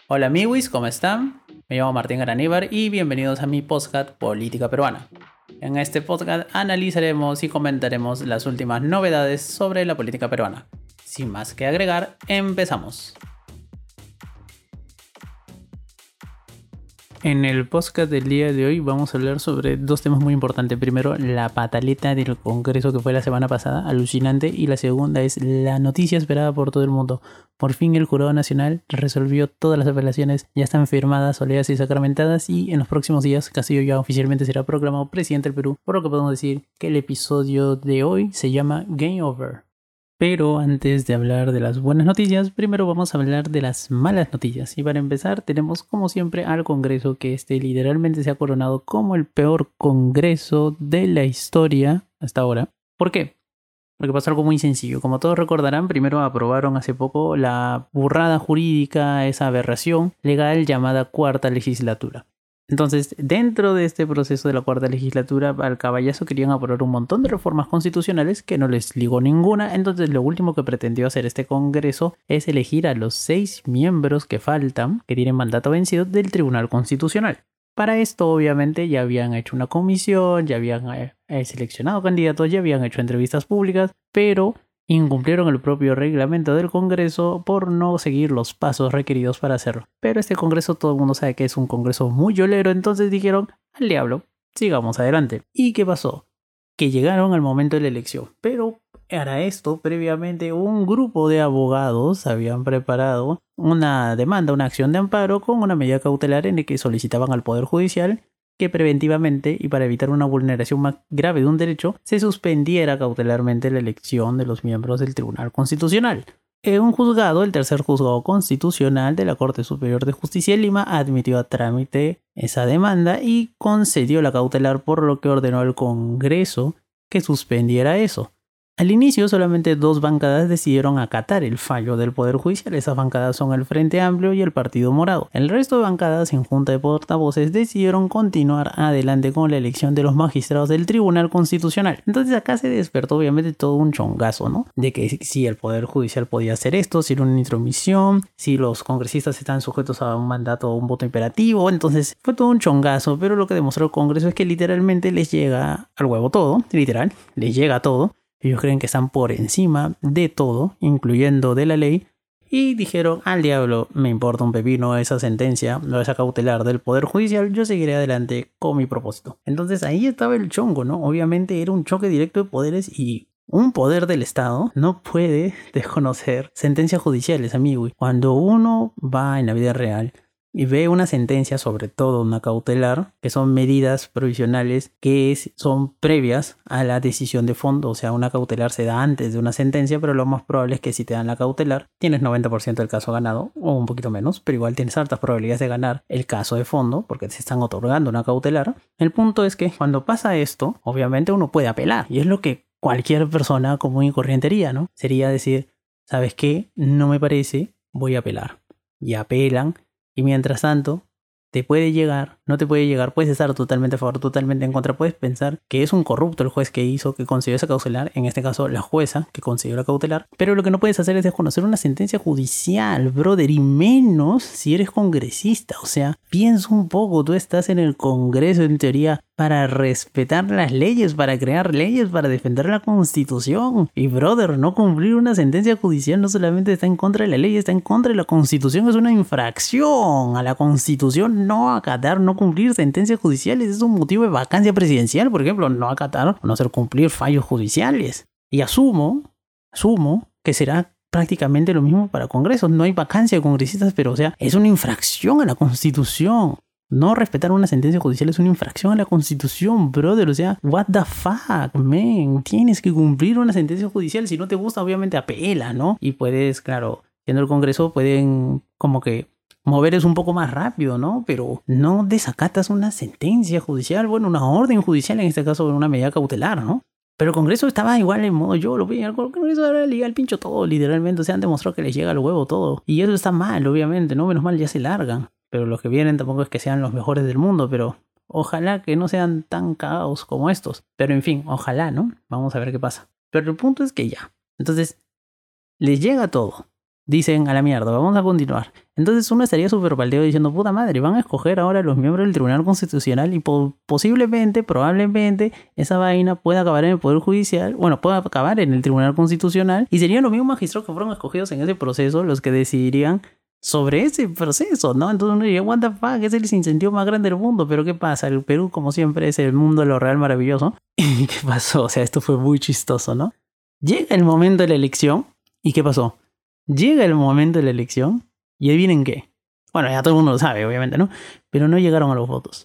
Hola amigos, ¿cómo están? Me llamo Martín Garaníbar y bienvenidos a mi podcast Política Peruana. En este podcast analizaremos y comentaremos las últimas novedades sobre la política peruana. Sin más que agregar, empezamos. En el podcast del día de hoy vamos a hablar sobre dos temas muy importantes. Primero, la pataleta del Congreso que fue la semana pasada, alucinante. Y la segunda es la noticia esperada por todo el mundo. Por fin el Jurado Nacional resolvió todas las apelaciones, ya están firmadas, soleadas y sacramentadas. Y en los próximos días Castillo ya oficialmente será proclamado presidente del Perú. Por lo que podemos decir que el episodio de hoy se llama Game Over. Pero antes de hablar de las buenas noticias, primero vamos a hablar de las malas noticias. Y para empezar tenemos como siempre al Congreso, que literalmente se ha coronado como el peor Congreso de la historia hasta ahora. ¿Por qué? Porque pasó algo muy sencillo. Como todos recordarán, primero aprobaron hace poco la burrada jurídica, esa aberración legal llamada Cuarta Legislatura. Entonces, dentro de este proceso de la Cuarta Legislatura, al caballazo querían aprobar un montón de reformas constitucionales que no les ligó ninguna. Entonces, lo último que pretendió hacer este Congreso es elegir a los 6 miembros que faltan, que tienen mandato vencido, del Tribunal Constitucional. Para esto, obviamente, ya habían hecho una comisión, ya habían seleccionado candidatos, ya habían hecho entrevistas públicas, pero incumplieron el propio reglamento del Congreso por no seguir los pasos requeridos para hacerlo. Pero este Congreso todo el mundo sabe que es un Congreso muy yolero, entonces dijeron, al diablo, sigamos adelante. ¿Y qué pasó? Que llegaron al momento de la elección, pero para esto, previamente, un grupo de abogados habían preparado una demanda, una acción de amparo con una medida cautelar en la que solicitaban al Poder Judicial que preventivamente y para evitar una vulneración más grave de un derecho, se suspendiera cautelarmente la elección de los miembros del Tribunal Constitucional. Un juzgado, el tercer juzgado constitucional de la Corte Superior de Justicia de Lima, admitió a trámite esa demanda y concedió la cautelar, por lo que ordenó al Congreso que suspendiera eso. Al inicio solamente 2 bancadas decidieron acatar el fallo del Poder Judicial. Esas bancadas son el Frente Amplio y el Partido Morado. El resto de bancadas en junta de portavoces decidieron continuar adelante con la elección de los magistrados del Tribunal Constitucional. Entonces acá se despertó obviamente todo un chongazo, ¿no? De que si el Poder Judicial podía hacer esto, si era una intromisión, si los congresistas están sujetos a un mandato o un voto imperativo. Entonces fue todo un chongazo, pero lo que demostró el Congreso es que literalmente les llega al huevo todo, literal, les llega todo. Ellos creen que están por encima de todo, incluyendo de la ley, y dijeron, al diablo, me importa un pepino esa sentencia, no esa cautelar del Poder Judicial, yo seguiré adelante con mi propósito. Entonces ahí estaba el chongo, ¿no? Obviamente era un choque directo de poderes y un poder del Estado no puede desconocer sentencias judiciales, amigo. Cuando uno va en la vida real y ve una sentencia, sobre todo una cautelar, que son medidas provisionales que son previas a la decisión de fondo. O sea, una cautelar se da antes de una sentencia, pero lo más probable es que si te dan la cautelar, tienes 90% del caso ganado, o un poquito menos, pero igual tienes altas probabilidades de ganar el caso de fondo, porque te están otorgando una cautelar. El punto es que cuando pasa esto, obviamente uno puede apelar, y es lo que cualquier persona común y corriente haría, ¿no? Sería decir, ¿sabes qué? No me parece, voy a apelar. Y apelan. Y mientras tanto, te puede llegar, no te puede llegar, puedes estar totalmente a favor, totalmente en contra, puedes pensar que es un corrupto el juez que concedió esa cautelar, en este caso la jueza que concedió la cautelar, pero lo que no puedes hacer es desconocer una sentencia judicial, brother, y menos si eres congresista. O sea, piensa un poco, tú estás en el Congreso en teoría para respetar las leyes, para crear leyes, para defender la Constitución. Y brother, no cumplir una sentencia judicial no solamente está en contra de la ley, está en contra de la Constitución, es una infracción a la Constitución. No acatar, no cumplir sentencias judiciales es un motivo de vacancia presidencial, por ejemplo, no acatar o no hacer cumplir fallos judiciales. Y asumo que será prácticamente lo mismo para congresos. No hay vacancia de congresistas, pero o sea, es una infracción a la Constitución. No respetar una sentencia judicial es una infracción a la Constitución, brother. O sea, what the fuck, man. Tienes que cumplir una sentencia judicial. Si no te gusta, obviamente apela, ¿no? Y puedes, claro, siendo el Congreso, pueden como que mover eso un poco más rápido, ¿no? Pero no desacatas una sentencia judicial, bueno, una orden judicial, en este caso una medida cautelar, ¿no? Pero el Congreso estaba igual en modo yo lo vi, el Congreso ahora le llega al pincho todo, literalmente. O sea, han demostrado que les llega al huevo todo. Y eso está mal, obviamente, ¿no? Menos mal ya se largan. Pero los que vienen tampoco es que sean los mejores del mundo, pero ojalá que no sean tan cagados como estos. Pero en fin, ojalá, ¿no? Vamos a ver qué pasa. Pero el punto es que ya. Entonces, les llega todo. dicen a la mierda, vamos a continuar. Entonces uno estaría súper palteado diciendo, puta madre, van a escoger ahora a los miembros del Tribunal Constitucional y posiblemente, probablemente, esa vaina pueda acabar en el Poder Judicial, bueno, pueda acabar en el Tribunal Constitucional y serían los mismos magistrados que fueron escogidos en ese proceso los que decidirían sobre ese proceso, ¿no? Entonces uno diría, what the fuck, es el sinsentido más grande del mundo, pero ¿qué pasa? El Perú, como siempre, es el mundo de lo real maravilloso. ¿Y qué pasó? O sea, esto fue muy chistoso, ¿no? Llega el momento de la elección, ¿y qué pasó? Llega el momento de la elección, y adivinen qué. Bueno, ya todo el mundo lo sabe, obviamente, ¿no? Pero no llegaron a los votos.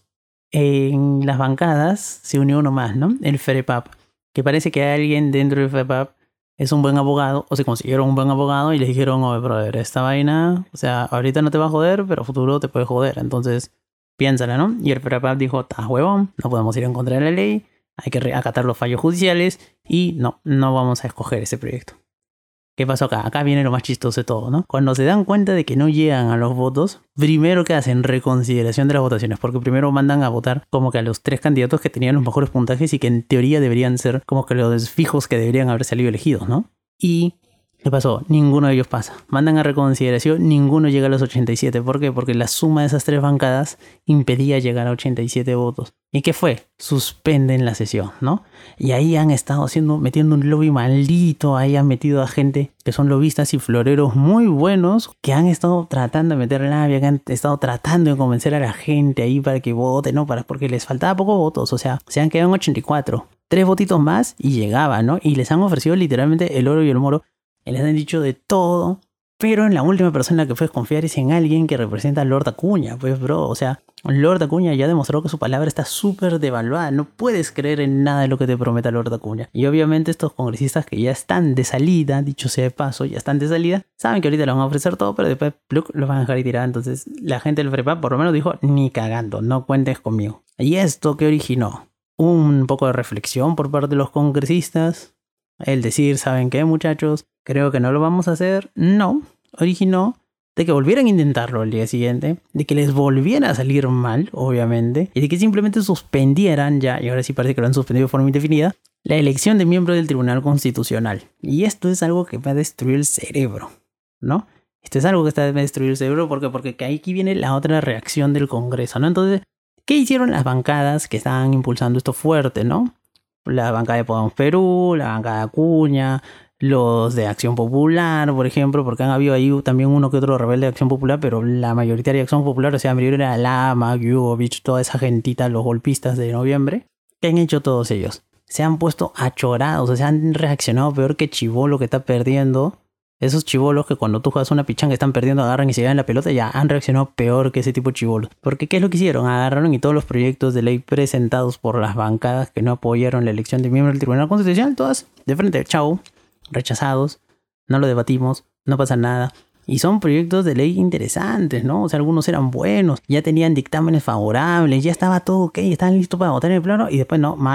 En las bancadas se unió uno más, ¿no? El FREPAP, que parece que alguien dentro del FREPAP es un buen abogado, o se consiguieron un buen abogado y les dijeron, oye, brother, esta vaina, o sea, ahorita no te va a joder, pero a futuro te puede joder, entonces piénsala, ¿no? Y el FREPAP dijo, estás huevón, no podemos ir en contra de la ley, hay que acatar los fallos judiciales y no vamos a escoger ese proyecto. ¿Qué pasó acá? Acá viene lo más chistoso de todo, ¿no? Cuando se dan cuenta de que no llegan a los votos, primero que hacen reconsideración de las votaciones, porque primero mandan a votar como que a los 3 candidatos que tenían los mejores puntajes y que en teoría deberían ser como que los fijos que deberían haber salido elegidos, ¿no? Y ¿qué pasó? Ninguno de ellos pasa. Mandan a reconsideración, ninguno llega a los 87. ¿Por qué? Porque la suma de esas 3 bancadas impedía llegar a 87 votos. ¿Y qué fue? Suspenden la sesión, ¿no? Y ahí han estado metiendo un lobby maldito. Ahí han metido a gente que son lobistas y floreros muy buenos, que han estado tratando de meter labia, que han estado tratando de convencer a la gente ahí para que vote, ¿no? Porque les faltaba pocos votos. O sea, se han quedado en 84. 3 votitos más y llegaban, ¿no? Y les han ofrecido literalmente el oro y el moro. Les han dicho de todo, pero en la última persona que puedes confiar es en alguien que representa a Lord Acuña, pues bro, o sea, Lord Acuña ya demostró que su palabra está súper devaluada, no puedes creer en nada de lo que te prometa Lord Acuña. Y obviamente estos congresistas que ya están de salida, dicho sea de paso, ya están de salida, saben que ahorita le van a ofrecer todo, pero después pluk, lo van a dejar y tirar. Entonces la gente del FREPAP por lo menos dijo, ni cagando, no cuentes conmigo. ¿Y esto qué originó? Un poco de reflexión por parte de los congresistas. El decir, ¿saben qué, muchachos? Creo que no lo vamos a hacer. No, originó de que volvieran a intentarlo al día siguiente, de que les volviera a salir mal, obviamente, y de que simplemente suspendieran ya, y ahora sí parece que lo han suspendido de forma indefinida, la elección de miembro del Tribunal Constitucional. Y esto es algo que va a destruir el cerebro, ¿no? Esto es algo que va a destruir el cerebro porque aquí viene la otra reacción del Congreso, ¿no? Entonces, ¿qué hicieron las bancadas que estaban impulsando esto fuerte, ¿no? La bancada de Podemos Perú, la bancada de Acuña, los de Acción Popular, por ejemplo, porque han habido ahí también uno que otro rebelde de Acción Popular, pero la mayoritaria de Acción Popular, o sea, era Lama, Gyugovich, toda esa gentita, los golpistas de noviembre. ¿Qué han hecho todos ellos? Se han puesto achorados, o sea, han reaccionado peor que chibolo que está perdiendo. Esos chibolos que cuando tú juegas una pichanga están perdiendo, agarran y se llevan la pelota, ya han reaccionado peor que ese tipo de chibolos. Porque ¿qué es lo que hicieron? Agarraron y todos los proyectos de ley presentados por las bancadas que no apoyaron la elección de miembros del Tribunal Constitucional, todas de frente, chao, rechazados, no lo debatimos, no pasa nada. Y son proyectos de ley interesantes, ¿no? O sea, algunos eran buenos, ya tenían dictámenes favorables, ya estaba todo ok, estaban listos para votar en el pleno y después no,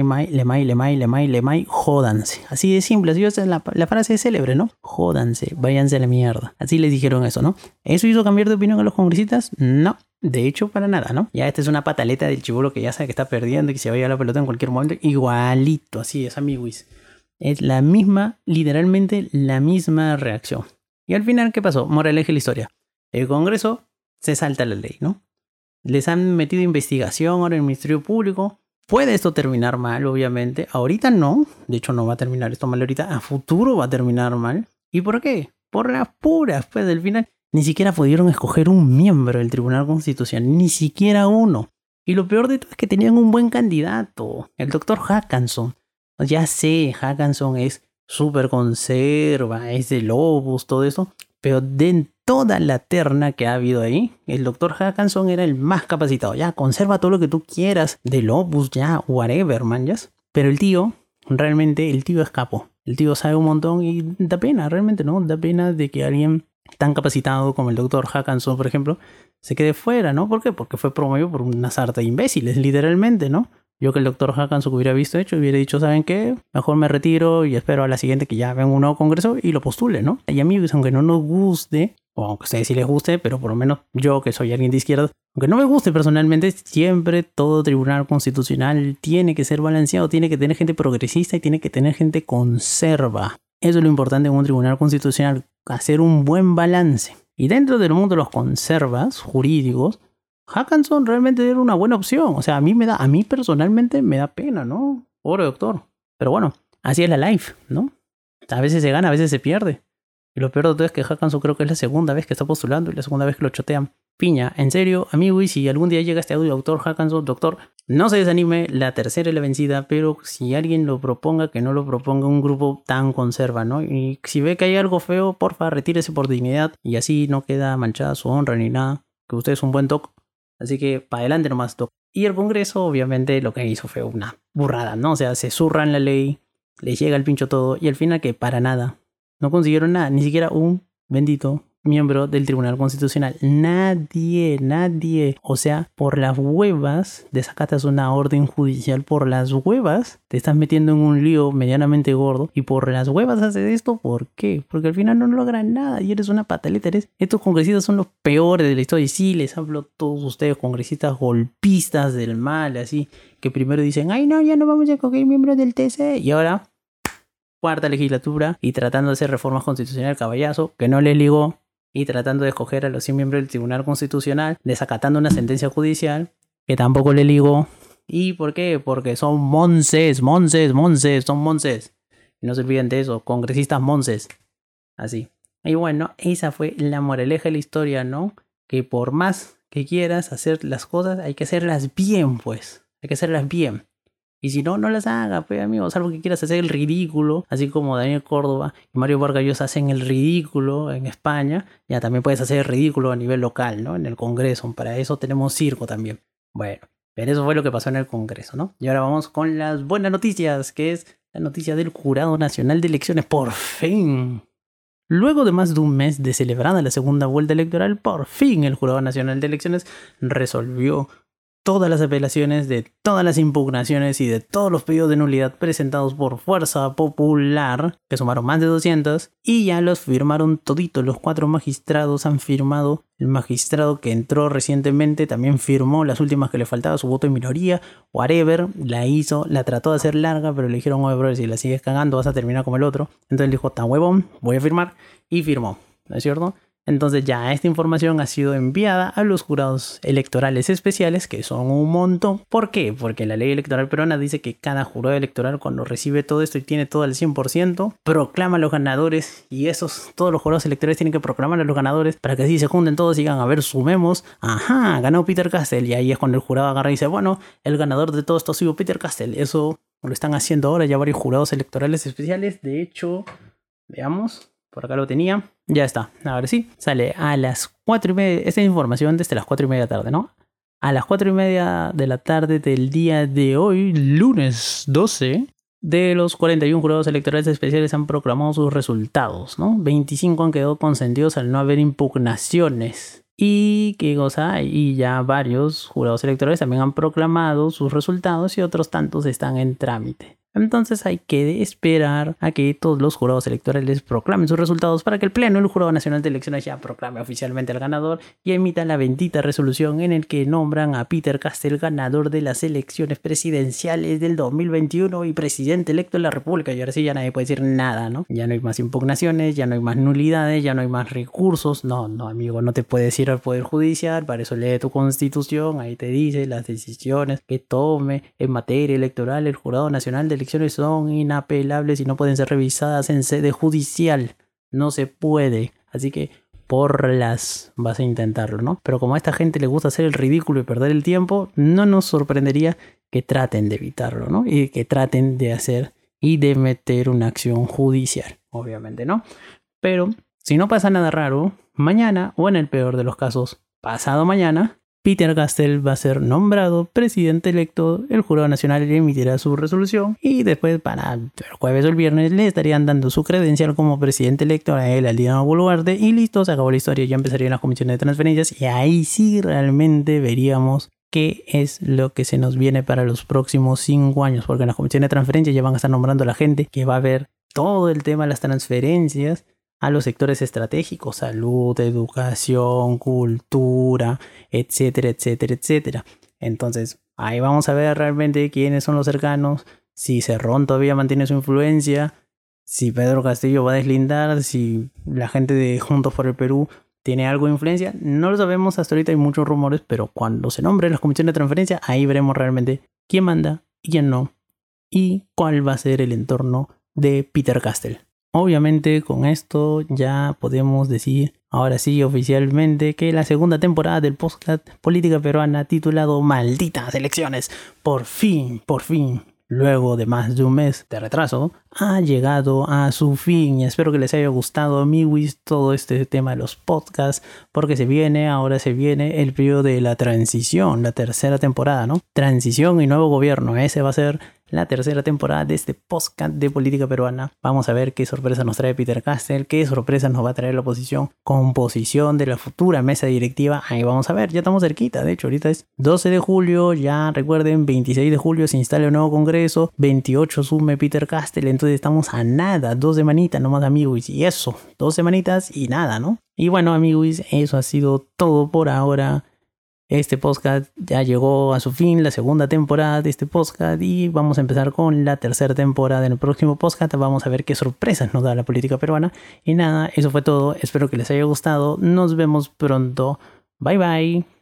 jódanse. Así de simple, así es la frase célebre, ¿no? Jódanse, váyanse a la mierda. Así les dijeron eso, ¿no? ¿Eso hizo cambiar de opinión a los congresistas? No. De hecho, para nada, ¿no? Ya esta es una pataleta del chibolo que ya sabe que está perdiendo y que se vaya a la pelota en cualquier momento. Igualito, así es, amiguis. Es la misma, literalmente la misma reacción. Y al final, ¿qué pasó? Moraleja de la historia. El Congreso se salta la ley, ¿no? Les han metido investigación ahora en el Ministerio Público. Puede esto terminar mal, obviamente. Ahorita no. De hecho, no va a terminar esto mal ahorita. A futuro va a terminar mal. ¿Y por qué? Por las puras, pues, del final. Ni siquiera pudieron escoger un miembro del Tribunal Constitucional. Ni siquiera uno. Y lo peor de todo es que tenían un buen candidato. El doctor Hackanson. Ya sé, Hackanson es súper conserva, es de Lobos, todo eso. Pero de toda la terna que ha habido ahí, el doctor Hackanson era el más capacitado. Ya, conserva todo lo que tú quieras de Lobos, ya, whatever, man, ya. Pero el tío, realmente, el tío es capo. El tío sabe un montón y da pena, realmente, ¿no? Da pena de que alguien tan capacitado como el doctor Hackanson, por ejemplo, se quede fuera, ¿no? ¿Por qué? Porque fue promovido por una sarta de imbéciles, literalmente, ¿no? Yo que el doctor Hackanson hubiera visto hecho, hubiera dicho, ¿saben qué? Mejor me retiro y espero a la siguiente que ya venga un nuevo congreso y lo postule, ¿no? Y amigos, aunque no nos guste, o aunque a ustedes sí les guste, pero por lo menos yo que soy alguien de izquierda, aunque no me guste personalmente, siempre todo tribunal constitucional tiene que ser balanceado, tiene que tener gente progresista y tiene que tener gente conserva. Eso es lo importante en un tribunal constitucional. hacer un buen balance. Y dentro del mundo de los conservas jurídicos, Hackanson realmente era una buena opción. O sea, a mí personalmente me da pena, ¿no? Pobre doctor. Pero bueno, así es la life, ¿no? A veces se gana, a veces se pierde. Y lo peor de todo es que Hackanson creo que es la segunda vez que está postulando y la segunda vez que lo chotean. Piña, en serio, amigo, y si algún día llega este audio, doctor Hackanson, doctor, no se desanime, la tercera es la vencida, pero si alguien lo proponga, que no lo proponga un grupo tan conserva, ¿no? Y si ve que hay algo feo, porfa, retírese por dignidad y así no queda manchada su honra ni nada, que usted es un buen doc. Así que para adelante nomás, doc. Y el Congreso, obviamente, lo que hizo fue una burrada, ¿no? O sea, se zurran la ley, les llega el pincho todo y al final que para nada. No consiguieron nada, ni siquiera un bendito miembro del Tribunal Constitucional. Nadie. O sea, por las huevas desacatas una orden judicial, por las huevas te estás metiendo en un lío medianamente gordo y por las huevas haces esto. ¿Por qué? Porque al final no logran nada y eres una pataleta. Estos congresistas son los peores de la historia y sí, les hablo a todos ustedes, congresistas golpistas del mal, así, que primero dicen, ay no, ya no vamos a coger miembros del TC y ahora cuarta legislatura y tratando de hacer reformas constitucionales caballazo, que no les ligó, y tratando de escoger a los 100 miembros del Tribunal Constitucional, desacatando una sentencia judicial que tampoco le ligó. ¿Y por qué? Porque son monces, son monces. Y no se olviden de eso, congresistas monces. Así. Y bueno, esa fue la moraleja de la historia, ¿no? Que por más que quieras hacer las cosas, hay que hacerlas bien, pues. Hay que hacerlas bien. Y si no, no las haga, pues, amigo. Salvo que quieras hacer el ridículo, así como Daniel Córdoba y Mario Vargas Llosa hacen el ridículo en España. Ya también puedes hacer el ridículo a nivel local, ¿no? En el Congreso. Para eso tenemos circo también. Bueno, pero eso fue lo que pasó en el Congreso, ¿no? Y ahora vamos con las buenas noticias, que es la noticia del Jurado Nacional de Elecciones. ¡Por fin! Luego de más de un mes de celebrada la segunda vuelta electoral, por fin el Jurado Nacional de Elecciones resolvió todas las apelaciones de todas las impugnaciones y de todos los pedidos de nulidad presentados por Fuerza Popular, que sumaron más de 200, y ya los firmaron toditos. Los 4 magistrados han firmado. El magistrado que entró recientemente también firmó las últimas que le faltaba, su voto en minoría, whatever, la hizo, la trató de hacer larga, pero le dijeron, oye, bro, si la sigues cagando vas a terminar como el otro. Entonces dijo, tan huevón, voy a firmar, y firmó, ¿no es cierto? Entonces ya esta información ha sido enviada a los jurados electorales especiales, que son un montón. ¿Por qué? Porque la ley electoral peruana dice que cada jurado electoral, cuando recibe todo esto y tiene todo al 100%, proclama a los ganadores, y todos los jurados electorales tienen que proclamar a los ganadores para que así se junten todos y digan, a ver, sumemos, ajá, ganó Peter Castell, y ahí es cuando el jurado agarra y dice, bueno, el ganador de todo esto ha sido Peter Castell. Eso lo están haciendo ahora ya varios jurados electorales especiales. De hecho, veamos. Por acá lo tenía. Ya está. Ahora sí. Sale a las 4:30. Esta información desde las 4:30 de la tarde, ¿no? A las 4:30 de la tarde del día de hoy, lunes 12, de los 41 jurados electorales especiales han proclamado sus resultados, ¿no? 25 han quedado consentidos al no haber impugnaciones. Y qué cosa, y ya varios jurados electorales también han proclamado sus resultados y otros tantos están en trámite. Entonces hay que esperar a que todos los jurados electorales proclamen sus resultados para que el Pleno, el Jurado Nacional de Elecciones, ya proclame oficialmente al ganador y emita la bendita resolución en el que nombran a Peter Castell ganador de las elecciones presidenciales del 2021 y presidente electo de la República. Y ahora sí ya nadie puede decir nada, ¿no? Ya no hay más impugnaciones, ya no hay más nulidades, ya no hay más recursos. No, amigo, no te puedes ir al Poder Judicial, para eso lee tu Constitución, ahí te dice las decisiones que tome en materia electoral el Jurado Nacional de Elecciones son inapelables y no pueden ser revisadas en sede judicial. No se puede. Así que vas a intentarlo, ¿no? Pero como a esta gente le gusta hacer el ridículo y perder el tiempo, no nos sorprendería que traten de evitarlo, ¿no? Y que traten de hacer y de meter una acción judicial, obviamente, ¿no? Pero si no pasa nada raro, mañana, o en el peor de los casos, pasado mañana, Peter Castell va a ser nombrado presidente electo, el Jurado Nacional le emitirá su resolución y después para el jueves o el viernes le estarían dando su credencial como presidente electo a él, al Dino Boluarte, y listo, se acabó la historia, ya empezarían las comisiones de transferencias y ahí sí realmente veríamos qué es lo que se nos viene para los próximos 5 años, porque en las comisiones de transferencias ya van a estar nombrando a la gente que va a ver todo el tema de las transferencias a los sectores estratégicos, salud, educación, cultura, etcétera, etcétera, etcétera. Entonces, ahí vamos a ver realmente quiénes son los cercanos, si Cerrón todavía mantiene su influencia, si Pedro Castillo va a deslindar, si la gente de Juntos por el Perú tiene algo de influencia. No lo sabemos, hasta ahorita hay muchos rumores, pero cuando se nombren las comisiones de transferencia, ahí veremos realmente quién manda y quién no, y cuál va a ser el entorno de Peter Castell. Obviamente con esto ya podemos decir, ahora sí oficialmente, que la segunda temporada del podcast Política Peruana titulado Malditas Elecciones, por fin, luego de más de un mes de retraso, ha llegado a su fin. Y espero que les haya gustado, amiguis, todo este tema de los podcasts, porque ahora se viene el periodo de la transición, la tercera temporada, ¿no? Transición y nuevo gobierno, ese va a ser la tercera temporada de este podcast de política peruana. Vamos a ver qué sorpresa nos trae Peter Castell, qué sorpresa nos va a traer la oposición, composición de la futura mesa directiva. Ahí vamos a ver, ya estamos cerquita. De hecho, ahorita es 12 de julio, ya recuerden, 26 de julio se instala el nuevo congreso, 28 sume Peter Castell, entonces estamos a nada, 2 semanitas nomás, amigos, y eso, 2 semanitas y nada, ¿no? Y bueno, amigos, eso ha sido todo por ahora. Este podcast ya llegó a su fin, la segunda temporada de este podcast, y vamos a empezar con la tercera temporada. En el próximo podcast vamos a ver qué sorpresas nos da la política peruana. Y nada, eso fue todo. Espero que les haya gustado. Nos vemos pronto. Bye bye.